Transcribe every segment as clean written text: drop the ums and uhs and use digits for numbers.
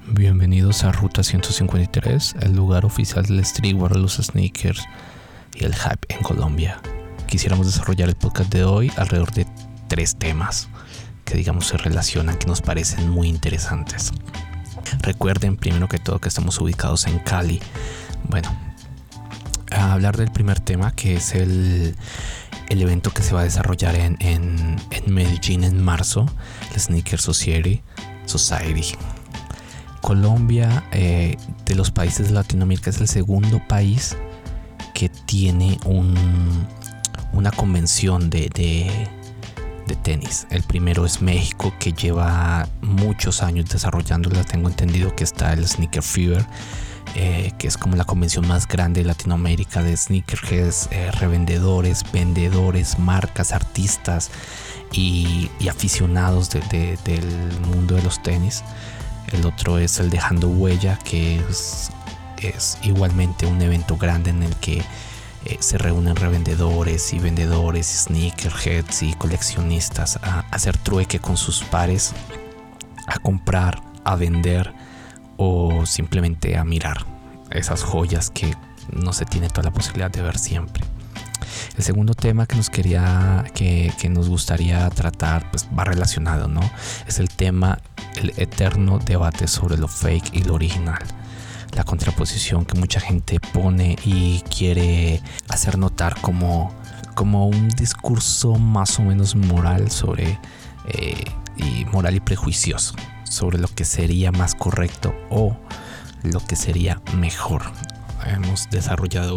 Bienvenidos a Ruta 153, el lugar oficial del streetwear, los sneakers y el hype en Colombia. Quisiéramos desarrollar el podcast de hoy alrededor de 3 temas que digamos se relacionan, que nos parecen muy interesantes. Recuerden primero que todo que estamos ubicados en Cali. Bueno, a hablar del primer tema, que es el evento que se va a desarrollar en Medellín en marzo, el Sneaker Society. Colombia, de los países de Latinoamérica, es el segundo país que tiene una convención de tenis. El primero es México, que lleva muchos años desarrollándola. Tengo entendido que está el Sneaker Fever, que es como la convención más grande de Latinoamérica de sneakerheads, revendedores, vendedores, marcas, artistas y aficionados del mundo de los tenis. El otro es el Dejando Huella, que es igualmente un evento grande en el que se reúnen revendedores y vendedores, sneakerheads y coleccionistas a hacer trueque con sus pares, a comprar, a vender o simplemente a mirar esas joyas que no se tiene toda la posibilidad de ver siempre. El segundo tema que nos gustaría tratar, pues va relacionado, ¿no? Es el eterno debate sobre lo fake y lo original. La contraposición que mucha gente pone y quiere hacer notar como un discurso más o menos moral moral y prejuicioso sobre lo que sería más correcto o lo que sería mejor. Hemos desarrollado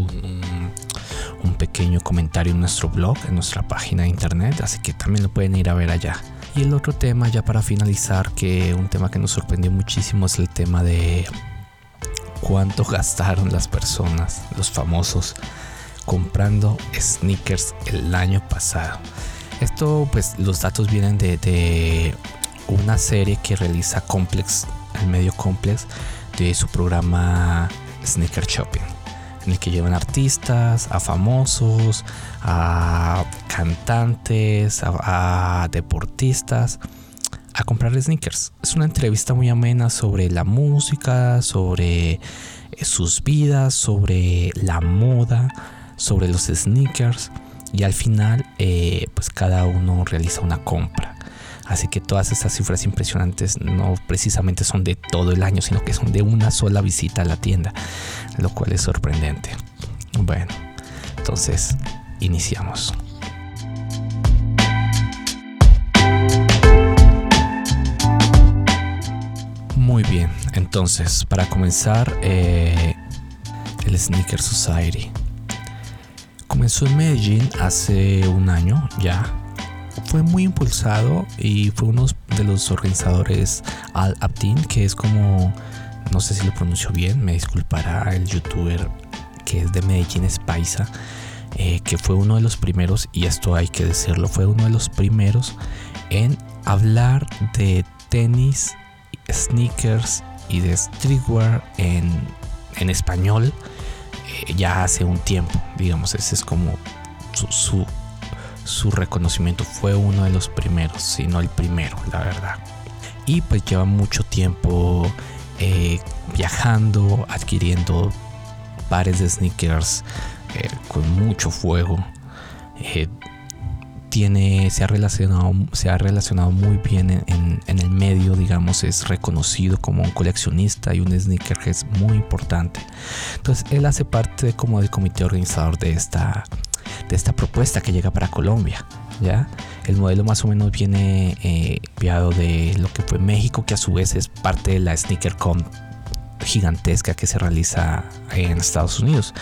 un pequeño comentario en nuestro blog, en nuestra página de internet, así que también lo pueden ir a ver allá. Y el otro tema, ya para finalizar, que un tema que nos sorprendió muchísimo, es el tema de cuánto gastaron las personas, los famosos, comprando sneakers el año pasado. Esto, pues, los datos vienen de una serie que realiza Complex, el medio Complex, de su programa Sneaker Shopping, en el que llevan artistas, a famosos, a cantantes, a deportistas a comprar sneakers. Es una entrevista muy amena sobre la música, sobre sus vidas, sobre la moda, sobre los sneakers, y al final pues cada uno realiza una compra. Así que todas estas cifras impresionantes no precisamente son de todo el año, sino que son de una sola visita a la tienda, lo cual es sorprendente. Bueno, entonces iniciamos. Muy bien, entonces para comenzar, el Sneaker Society comenzó en Medellín hace un año ya. Fue muy impulsado y fue uno de los organizadores, Al Abdin, que es como, no sé si lo pronuncio bien, me disculpará el youtuber que es de Medellín, es paisa, que fue uno de los primeros, y esto hay que decirlo, fue uno de los primeros en hablar de tenis, sneakers y de streetwear en español ya hace un tiempo. Digamos, ese es como su reconocimiento. Fue uno de los primeros, si no el primero, la verdad. Y pues lleva mucho tiempo viajando, adquiriendo pares de sneakers con mucho fuego. Se ha relacionado muy bien en el medio, digamos, es reconocido como un coleccionista y un sneakerhead muy importante. Entonces él hace parte como del comité organizador de esta propuesta que llega para Colombia, ¿ya? El modelo más o menos viene enviado de lo que fue México, que a su vez es parte de la SneakerCon gigantesca que se realiza en Estados Unidos,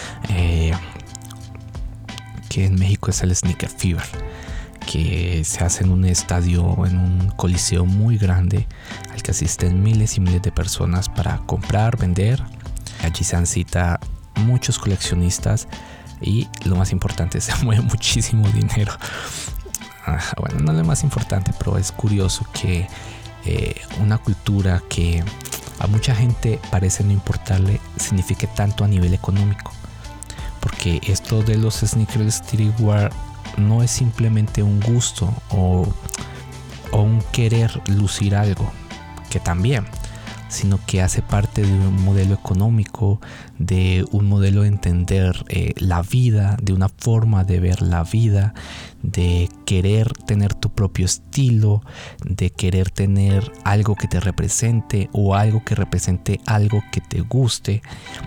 que en México es el Sneaker Fever, que se hace en un estadio, en un coliseo muy grande, al que asisten miles y miles de personas para comprar, vender. Allí se dan cita muchos coleccionistas y lo más importante, se mueve muchísimo dinero. Bueno, no es lo más importante, pero es curioso que una cultura que a mucha gente parece no importarle signifique tanto a nivel económico, porque esto de los sneakers streetwear no es simplemente un gusto o un querer lucir algo, que también, sino que hace parte de un modelo económico, de un modelo de entender la vida, de una forma de ver la vida, de querer tener tu propio estilo, de querer tener algo que te represente o algo que represente algo que te guste.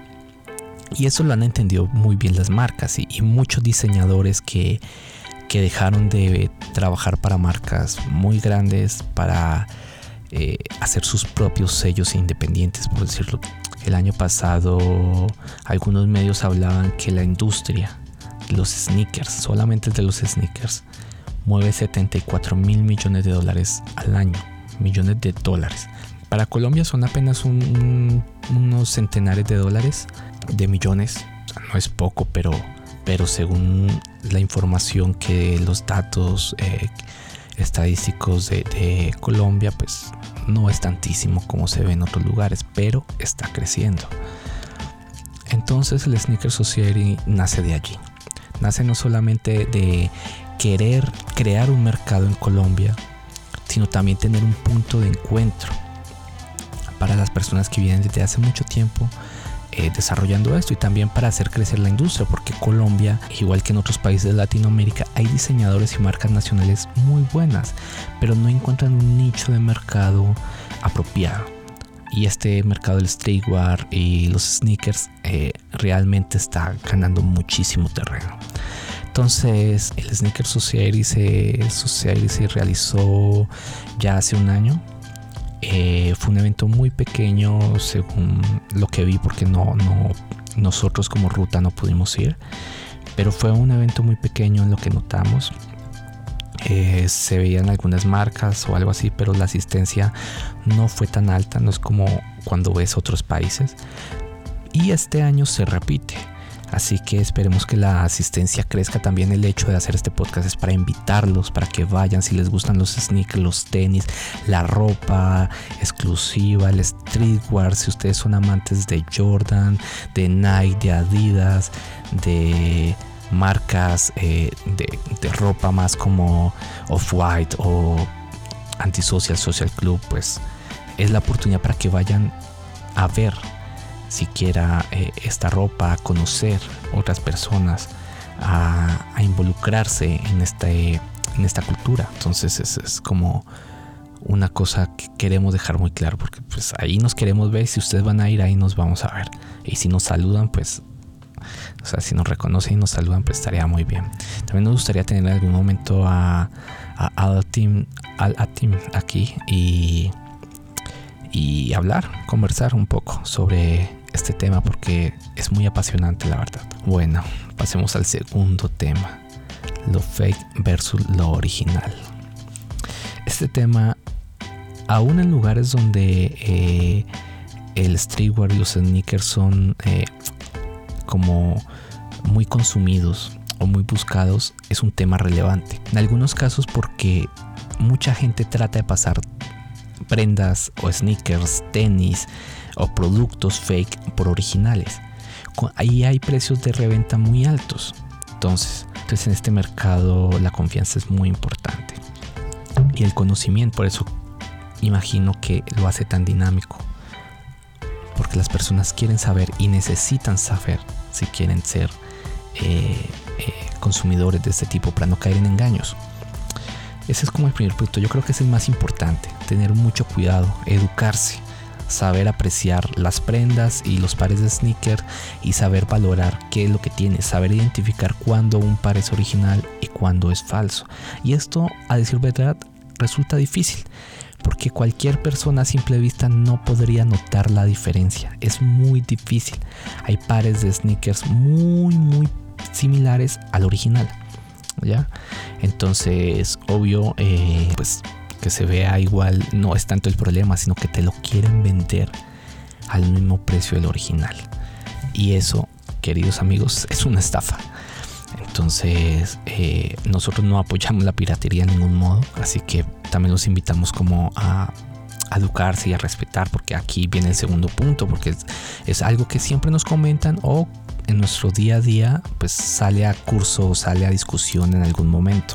Y eso lo han entendido muy bien las marcas y muchos diseñadores que dejaron de trabajar para marcas muy grandes para hacer sus propios sellos independientes, por decirlo. El año pasado algunos medios hablaban que la industria de los sneakers, solamente de los sneakers, mueve $74 mil millones al año, millones de dólares. Para Colombia son apenas unos centenares de dólares, de millones. O sea, no es poco, pero según la información que los datos estadísticos de Colombia, pues no es tantísimo como se ve en otros lugares, pero está creciendo. Entonces el Sneaker Society nace de allí. Nace no solamente de querer crear un mercado en Colombia, sino también tener un punto de encuentro para las personas que vienen desde hace mucho tiempo desarrollando esto, y también para hacer crecer la industria, porque Colombia, igual que en otros países de Latinoamérica, hay diseñadores y marcas nacionales muy buenas, pero no encuentran un nicho de mercado apropiado. Y este mercado del streetwear y los sneakers realmente está ganando muchísimo terreno. Entonces el Sneaker Society se realizó ya hace un año. Fue un evento muy pequeño según lo que vi, porque nosotros como ruta no pudimos ir, pero fue un evento muy pequeño en lo que notamos. Se veían algunas marcas o algo así, pero la asistencia no fue tan alta, no es como cuando ves otros países, y este año se repite. Así que esperemos que la asistencia crezca. También el hecho de hacer este podcast es para invitarlos, para que vayan si les gustan los sneakers, los tenis, la ropa exclusiva, el streetwear. Si ustedes son amantes de Jordan, de Nike, de Adidas, de marcas de ropa más como Off-White o Antisocial, Social Club, pues es la oportunidad para que vayan a ver siquiera esta ropa, a conocer otras personas, a involucrarse en esta cultura. Entonces es como una cosa que queremos dejar muy claro, porque pues ahí nos queremos ver. Si ustedes van a ir, ahí nos vamos a ver, y si nos saludan, pues, o sea, si nos reconocen y nos saludan, pues estaría muy bien. También nos gustaría tener en algún momento a Al-Atim aquí y conversar un poco sobre este tema, porque es muy apasionante, la verdad. Bueno, pasemos al segundo tema: lo fake versus lo original. Este tema, aún en lugares donde el streetwear y los sneakers son como muy consumidos o muy buscados, es un tema relevante. En algunos casos porque mucha gente trata de pasar prendas o sneakers, tenis o productos fake por originales. Ahí hay precios de reventa muy altos. Entonces en este mercado la confianza es muy importante, y el conocimiento. Por eso imagino que lo hace tan dinámico, porque las personas quieren saber y necesitan saber si quieren ser consumidores de este tipo, para no caer en engaños. Ese es como el primer punto. Yo creo que es el más importante: tener mucho cuidado, educarse, saber apreciar las prendas y los pares de sneaker, y saber valorar qué es lo que tiene, saber identificar cuándo un par es original y cuándo es falso. Y esto, a decir verdad, resulta difícil, porque cualquier persona a simple vista no podría notar la diferencia. Es muy difícil. Hay pares de sneakers muy similares al original, ¿ya? Entonces, obvio, pues que se vea igual no es tanto el problema, sino que te lo quieren vender al mismo precio del original, y eso, queridos amigos, es una estafa. Entonces nosotros no apoyamos la piratería en ningún modo, así que también los invitamos como a educarse y a respetar, porque aquí viene el segundo punto, porque es algo que siempre nos comentan, o en nuestro día a día pues sale a curso, sale a discusión en algún momento.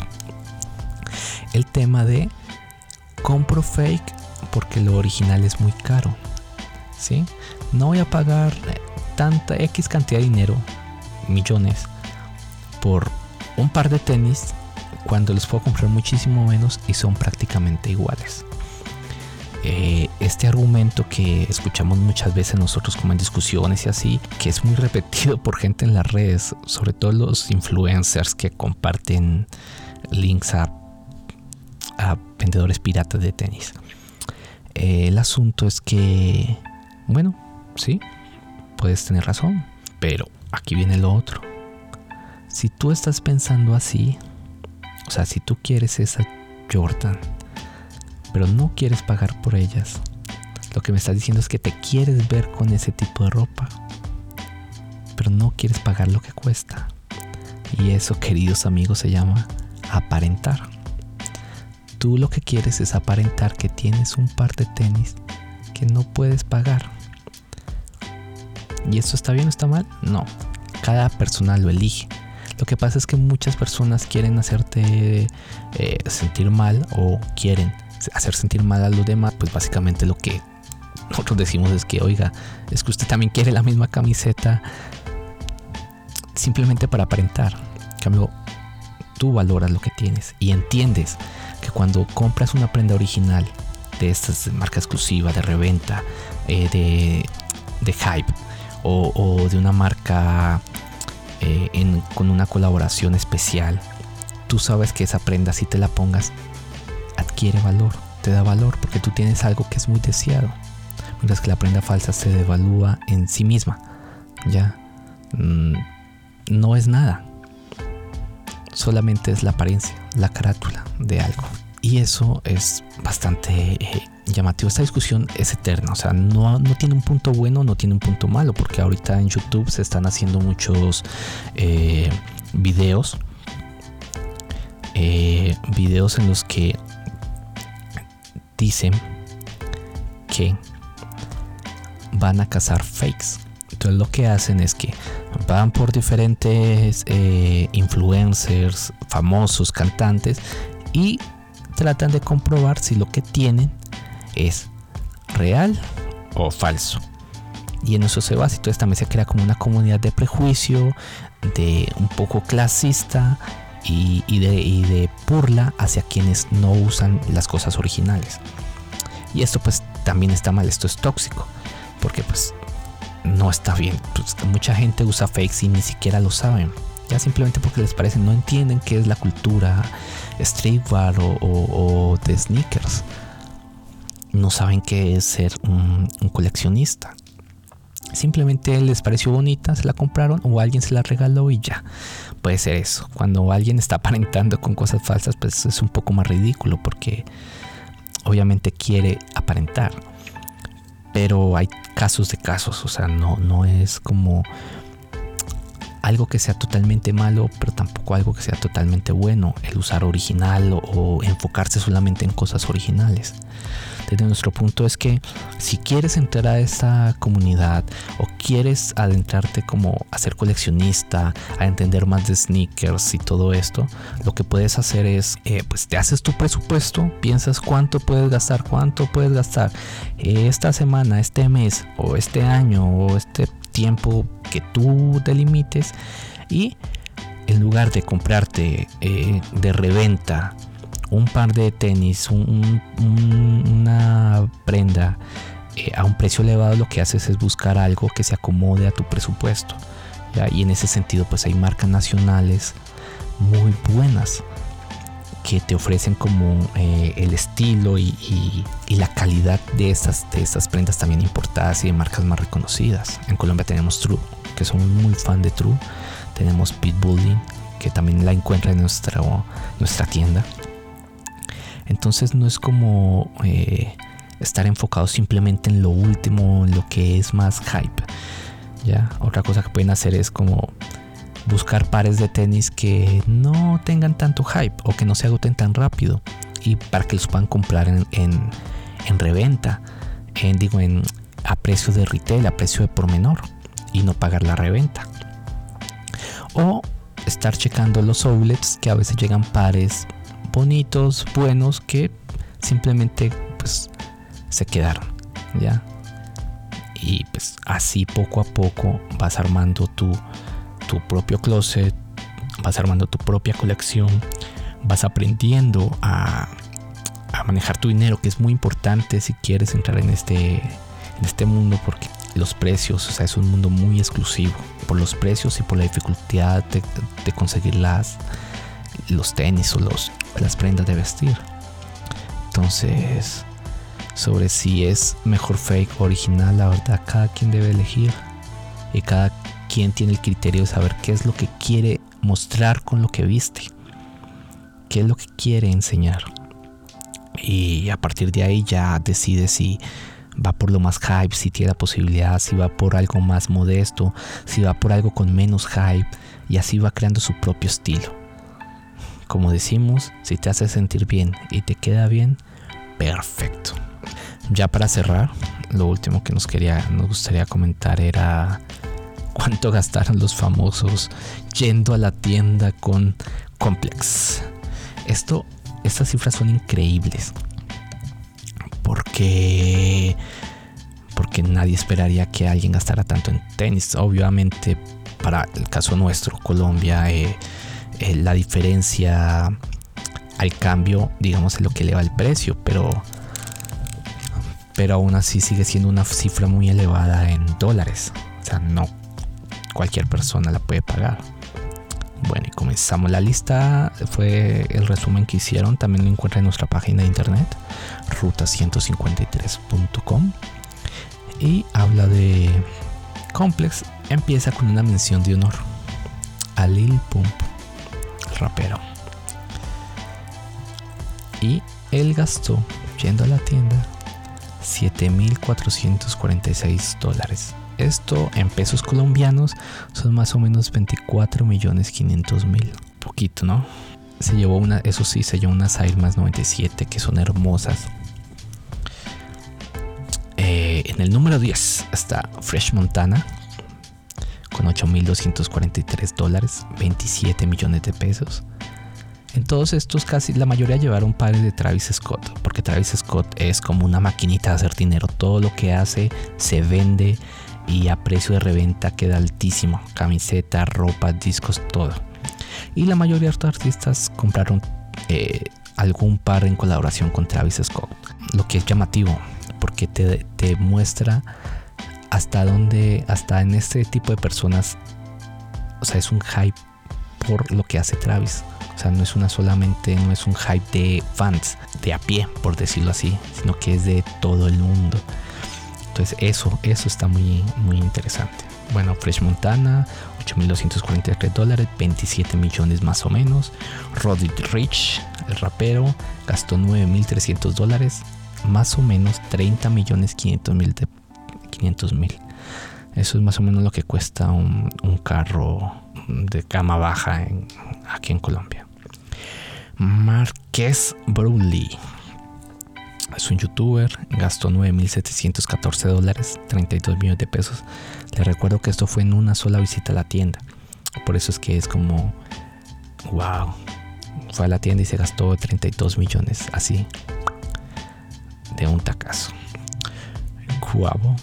El tema de compro fake porque lo original es muy caro. ¿sí? No voy a pagar tanta X cantidad de dinero, millones, por un par de tenis cuando los puedo comprar muchísimo menos y son prácticamente iguales. Este argumento que escuchamos muchas veces nosotros como en discusiones y así, que es muy repetido por gente en las redes, sobre todo los influencers que comparten links a vendedores piratas de tenis. El asunto es que, bueno, sí, puedes tener razón, pero aquí viene lo otro. Si tú estás pensando así, o sea, si tú quieres esa Jordan, pero no quieres pagar por ellas, lo que me estás diciendo es que te quieres ver con ese tipo de ropa, pero no quieres pagar lo que cuesta. Y eso, queridos amigos, se llama aparentar. Tú lo que quieres es aparentar que tienes un par de tenis que no puedes pagar. ¿Y eso está bien o está mal? No, cada persona lo elige. Lo que pasa es que muchas personas quieren hacerte sentir mal, o quieren hacer sentir mal a los demás. Pues básicamente lo que nosotros decimos es que, oiga, es que usted también quiere la misma camiseta simplemente para aparentar. En cambio, tú valoras lo que tienes y entiendes que cuando compras una prenda original de estas de marca exclusiva, de reventa, de hype, o de una marca con una colaboración especial, tú sabes que esa prenda, si te la pongas, adquiere valor, te da valor, porque tú tienes algo que es muy deseado, mientras que la prenda falsa se devalúa en sí misma, ya no es nada, solamente es la apariencia, la carátula de algo. Y eso es bastante llamativo. Esta discusión es eterna, o sea, no tiene un punto bueno, no tiene un punto malo, porque ahorita en YouTube se están haciendo muchos videos en los que dicen que van a cazar fakes. Entonces lo que hacen es que van por diferentes influencers, famosos, cantantes, y tratan de comprobar si lo que tienen es real o falso. Y en eso se basa. Entonces también se crea como una comunidad de prejuicio, de un poco clasista y de burla hacia quienes no usan las cosas originales. Y esto pues también está mal, esto es tóxico, porque pues no está bien. Pues, mucha gente usa fakes y ni siquiera lo saben, ya simplemente porque les parece, no entienden qué es la cultura streetwear o de sneakers, no saben qué es ser un coleccionista. Simplemente les pareció bonita, se la compraron o alguien se la regaló y ya. Puede ser eso. Cuando alguien está aparentando con cosas falsas, pues es un poco más ridículo, porque obviamente quiere aparentar. Pero hay casos de casos, o sea, no es como algo que sea totalmente malo, pero tampoco algo que sea totalmente bueno, el usar original o enfocarse solamente en cosas originales. Desde nuestro punto es que si quieres entrar a esta comunidad o quieres adentrarte como a ser coleccionista, a entender más de sneakers y todo esto, lo que puedes hacer es, pues te haces tu presupuesto, piensas cuánto puedes gastar esta semana, este mes o este año o este tiempo que tú delimites, y en lugar de comprarte de reventa un par de tenis, una prenda a un precio elevado, lo que haces es buscar algo que se acomode a tu presupuesto, ¿ya? Y en ese sentido pues hay marcas nacionales muy buenas que te ofrecen como el estilo y la calidad de estas prendas también importadas y de marcas más reconocidas. En Colombia tenemos True, que somos muy fan de True. Tenemos Pitbull, que también la encuentra en nuestra tienda. Entonces no es como estar enfocado simplemente en lo último, en lo que es más hype, ¿ya? Otra cosa que pueden hacer es como buscar pares de tenis que no tengan tanto hype o que no se agoten tan rápido, y para que los puedan comprar en reventa, a precio de retail, a precio de por menor, y no pagar la reventa. O estar checando los outlets, que a veces llegan pares bonitos, buenos, que simplemente pues se quedaron, ¿ya? Y pues así poco a poco vas armando tu propio closet, vas armando tu propia colección, vas aprendiendo a manejar tu dinero, que es muy importante si quieres entrar en este mundo, porque los precios, o sea, es un mundo muy exclusivo por los precios y por la dificultad de conseguir los tenis o las prendas de vestir. Entonces, sobre si es mejor fake o original, la verdad cada quien debe elegir y cada quien tiene el criterio de saber qué es lo que quiere mostrar con lo que viste, qué es lo que quiere enseñar, y a partir de ahí ya decide si va por lo más hype, si tiene la posibilidad, si va por algo más modesto, si va por algo con menos hype, y así va creando su propio estilo. Como decimos, si te hace sentir bien y te queda bien, perfecto. Ya para cerrar, lo último que nos gustaría comentar era cuánto gastaron los famosos yendo a la tienda con Complex. Estas cifras son increíbles porque nadie esperaría que alguien gastara tanto en tenis. Obviamente, para el caso nuestro, Colombia, la diferencia al cambio, digamos, es lo que eleva el precio, pero aún así sigue siendo una cifra muy elevada en dólares. O sea, no cualquier persona la puede pagar. Bueno, y comenzamos la lista. Fue el resumen que hicieron. También lo encuentran en nuestra página de internet, ruta153.com. Y habla de Complex. Empieza con una mención de honor a Lil Pump, el rapero. Y él gastó, yendo a la tienda, $7,446. Esto en pesos colombianos son más o menos 24.500.000. Poquito, ¿no? Se llevó unas Air Max 97 que son hermosas. En el número 10 está Fresh Montana con $8,243, 27 millones de pesos. En todos estos, casi la mayoría llevaron pares de Travis Scott, porque Travis Scott es como una maquinita de hacer dinero. Todo lo que hace se vende y a precio de reventa queda altísimo. Camisetas, ropa, discos, todo. Y la mayoría de los artistas compraron algún par en colaboración con Travis Scott, lo que es llamativo porque te muestra hasta en este tipo de personas, o sea, es un hype por lo que hace Travis. O sea, no es un hype de fans de a pie, por decirlo así, sino que es de todo el mundo. Entonces eso está muy, muy interesante. Bueno, Fresh Montana, $8,243, 27 millones más o menos. Roddy Ricch, el rapero, gastó $9,300, más o menos 30.500.000. Eso es más o menos lo que cuesta un carro de gama baja aquí en Colombia. Marques Brownlee es un youtuber, gastó $9,714, 32 millones de pesos. Les recuerdo que esto fue en una sola visita a la tienda, por eso es que es como wow, fue a la tienda y se gastó 32 millones así de un tacazo. Cuavo,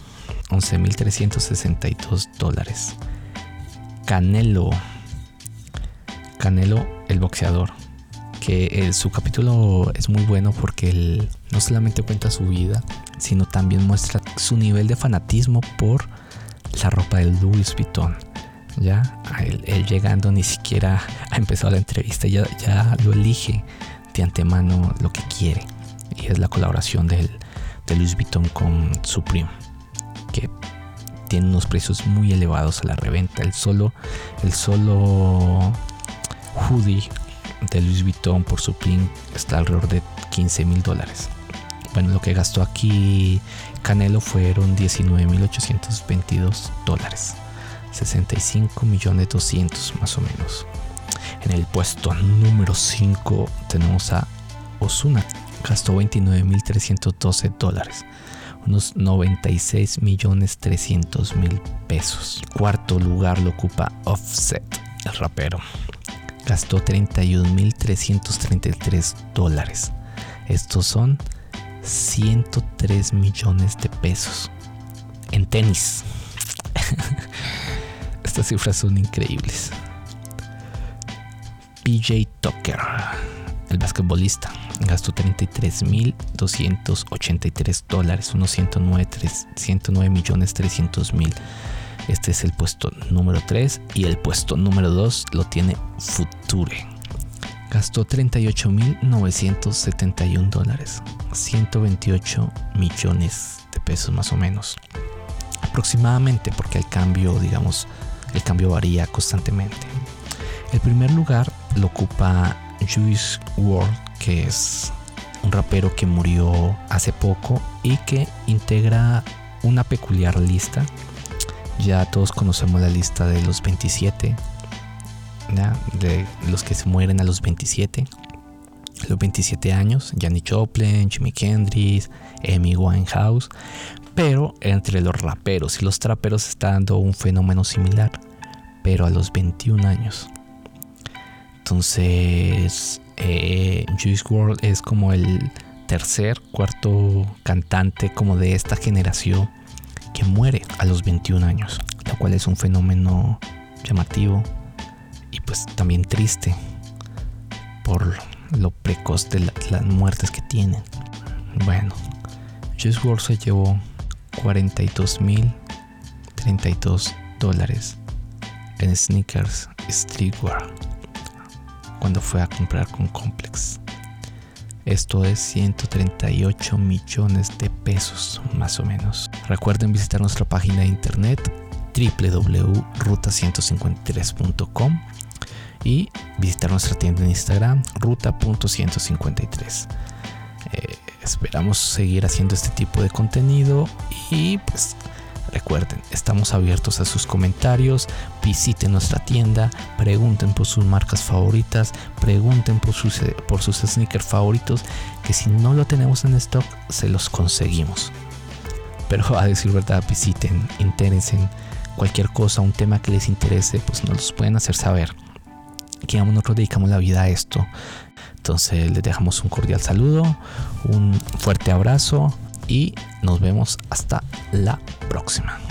$11,362. Canelo, el boxeador, que su capítulo es muy bueno porque él no solamente cuenta su vida, sino también muestra su nivel de fanatismo por la ropa de Louis Vuitton. Ya él llegando ni siquiera ha empezado la entrevista, ya lo elige de antemano lo que quiere, y es la colaboración de Louis Vuitton con Supreme, que tiene unos precios muy elevados a la reventa. El solo hoodie de Louis Vuitton por Supreme está alrededor de $15,000. Bueno, lo que gastó aquí Canelo fueron $19,822, 65.200.000 más o menos. En el puesto número 5 tenemos a Ozuna, gastó $29,312, unos 96.300.000 pesos. Cuarto lugar lo ocupa Offset, el rapero, gastó $31,333. Estos son 103 millones de pesos. en tenis. Estas cifras son increíbles. PJ Tucker, el basquetbolista, gastó $33,283, unos 109,300,000. Este es el puesto número 3 y el puesto número 2 lo tiene Future. Gastó $38,971, 128 millones de pesos más o menos. Aproximadamente, porque el cambio varía constantemente. El primer lugar lo ocupa Juice WRLD, que es un rapero que murió hace poco y que integra una peculiar lista. Ya todos conocemos la lista de los 27, ¿ya? De los que se mueren a los 27 años. Janis Joplin, Jimi Hendrix, Amy Winehouse. Pero entre los raperos y los traperos se está dando un fenómeno similar, pero a los 21 años. Entonces, Juice WRLD es como el cuarto cantante como de esta generación que muere a los 21 años, lo cual es un fenómeno llamativo y pues también triste por lo precoz de las muertes que tienen. Bueno, Juice WRLD se llevó $42,032 en sneakers streetwear cuando fue a comprar con Complex. Esto es 138 millones de pesos más o menos. Recuerden visitar nuestra página de internet www.ruta153.com y visitar nuestra tienda en Instagram ruta.153. Esperamos seguir haciendo este tipo de contenido y pues recuerden, estamos abiertos a sus comentarios. Visiten nuestra tienda, pregunten por sus marcas favoritas, pregunten por sus sneakers favoritos, que si no lo tenemos en stock se los conseguimos. Pero a decir verdad, visiten, interesen cualquier cosa, un tema que les interese, pues nos los pueden hacer saber, que nosotros dedicamos la vida a esto. Entonces les dejamos un cordial saludo, un fuerte abrazo y nos vemos hasta la próxima.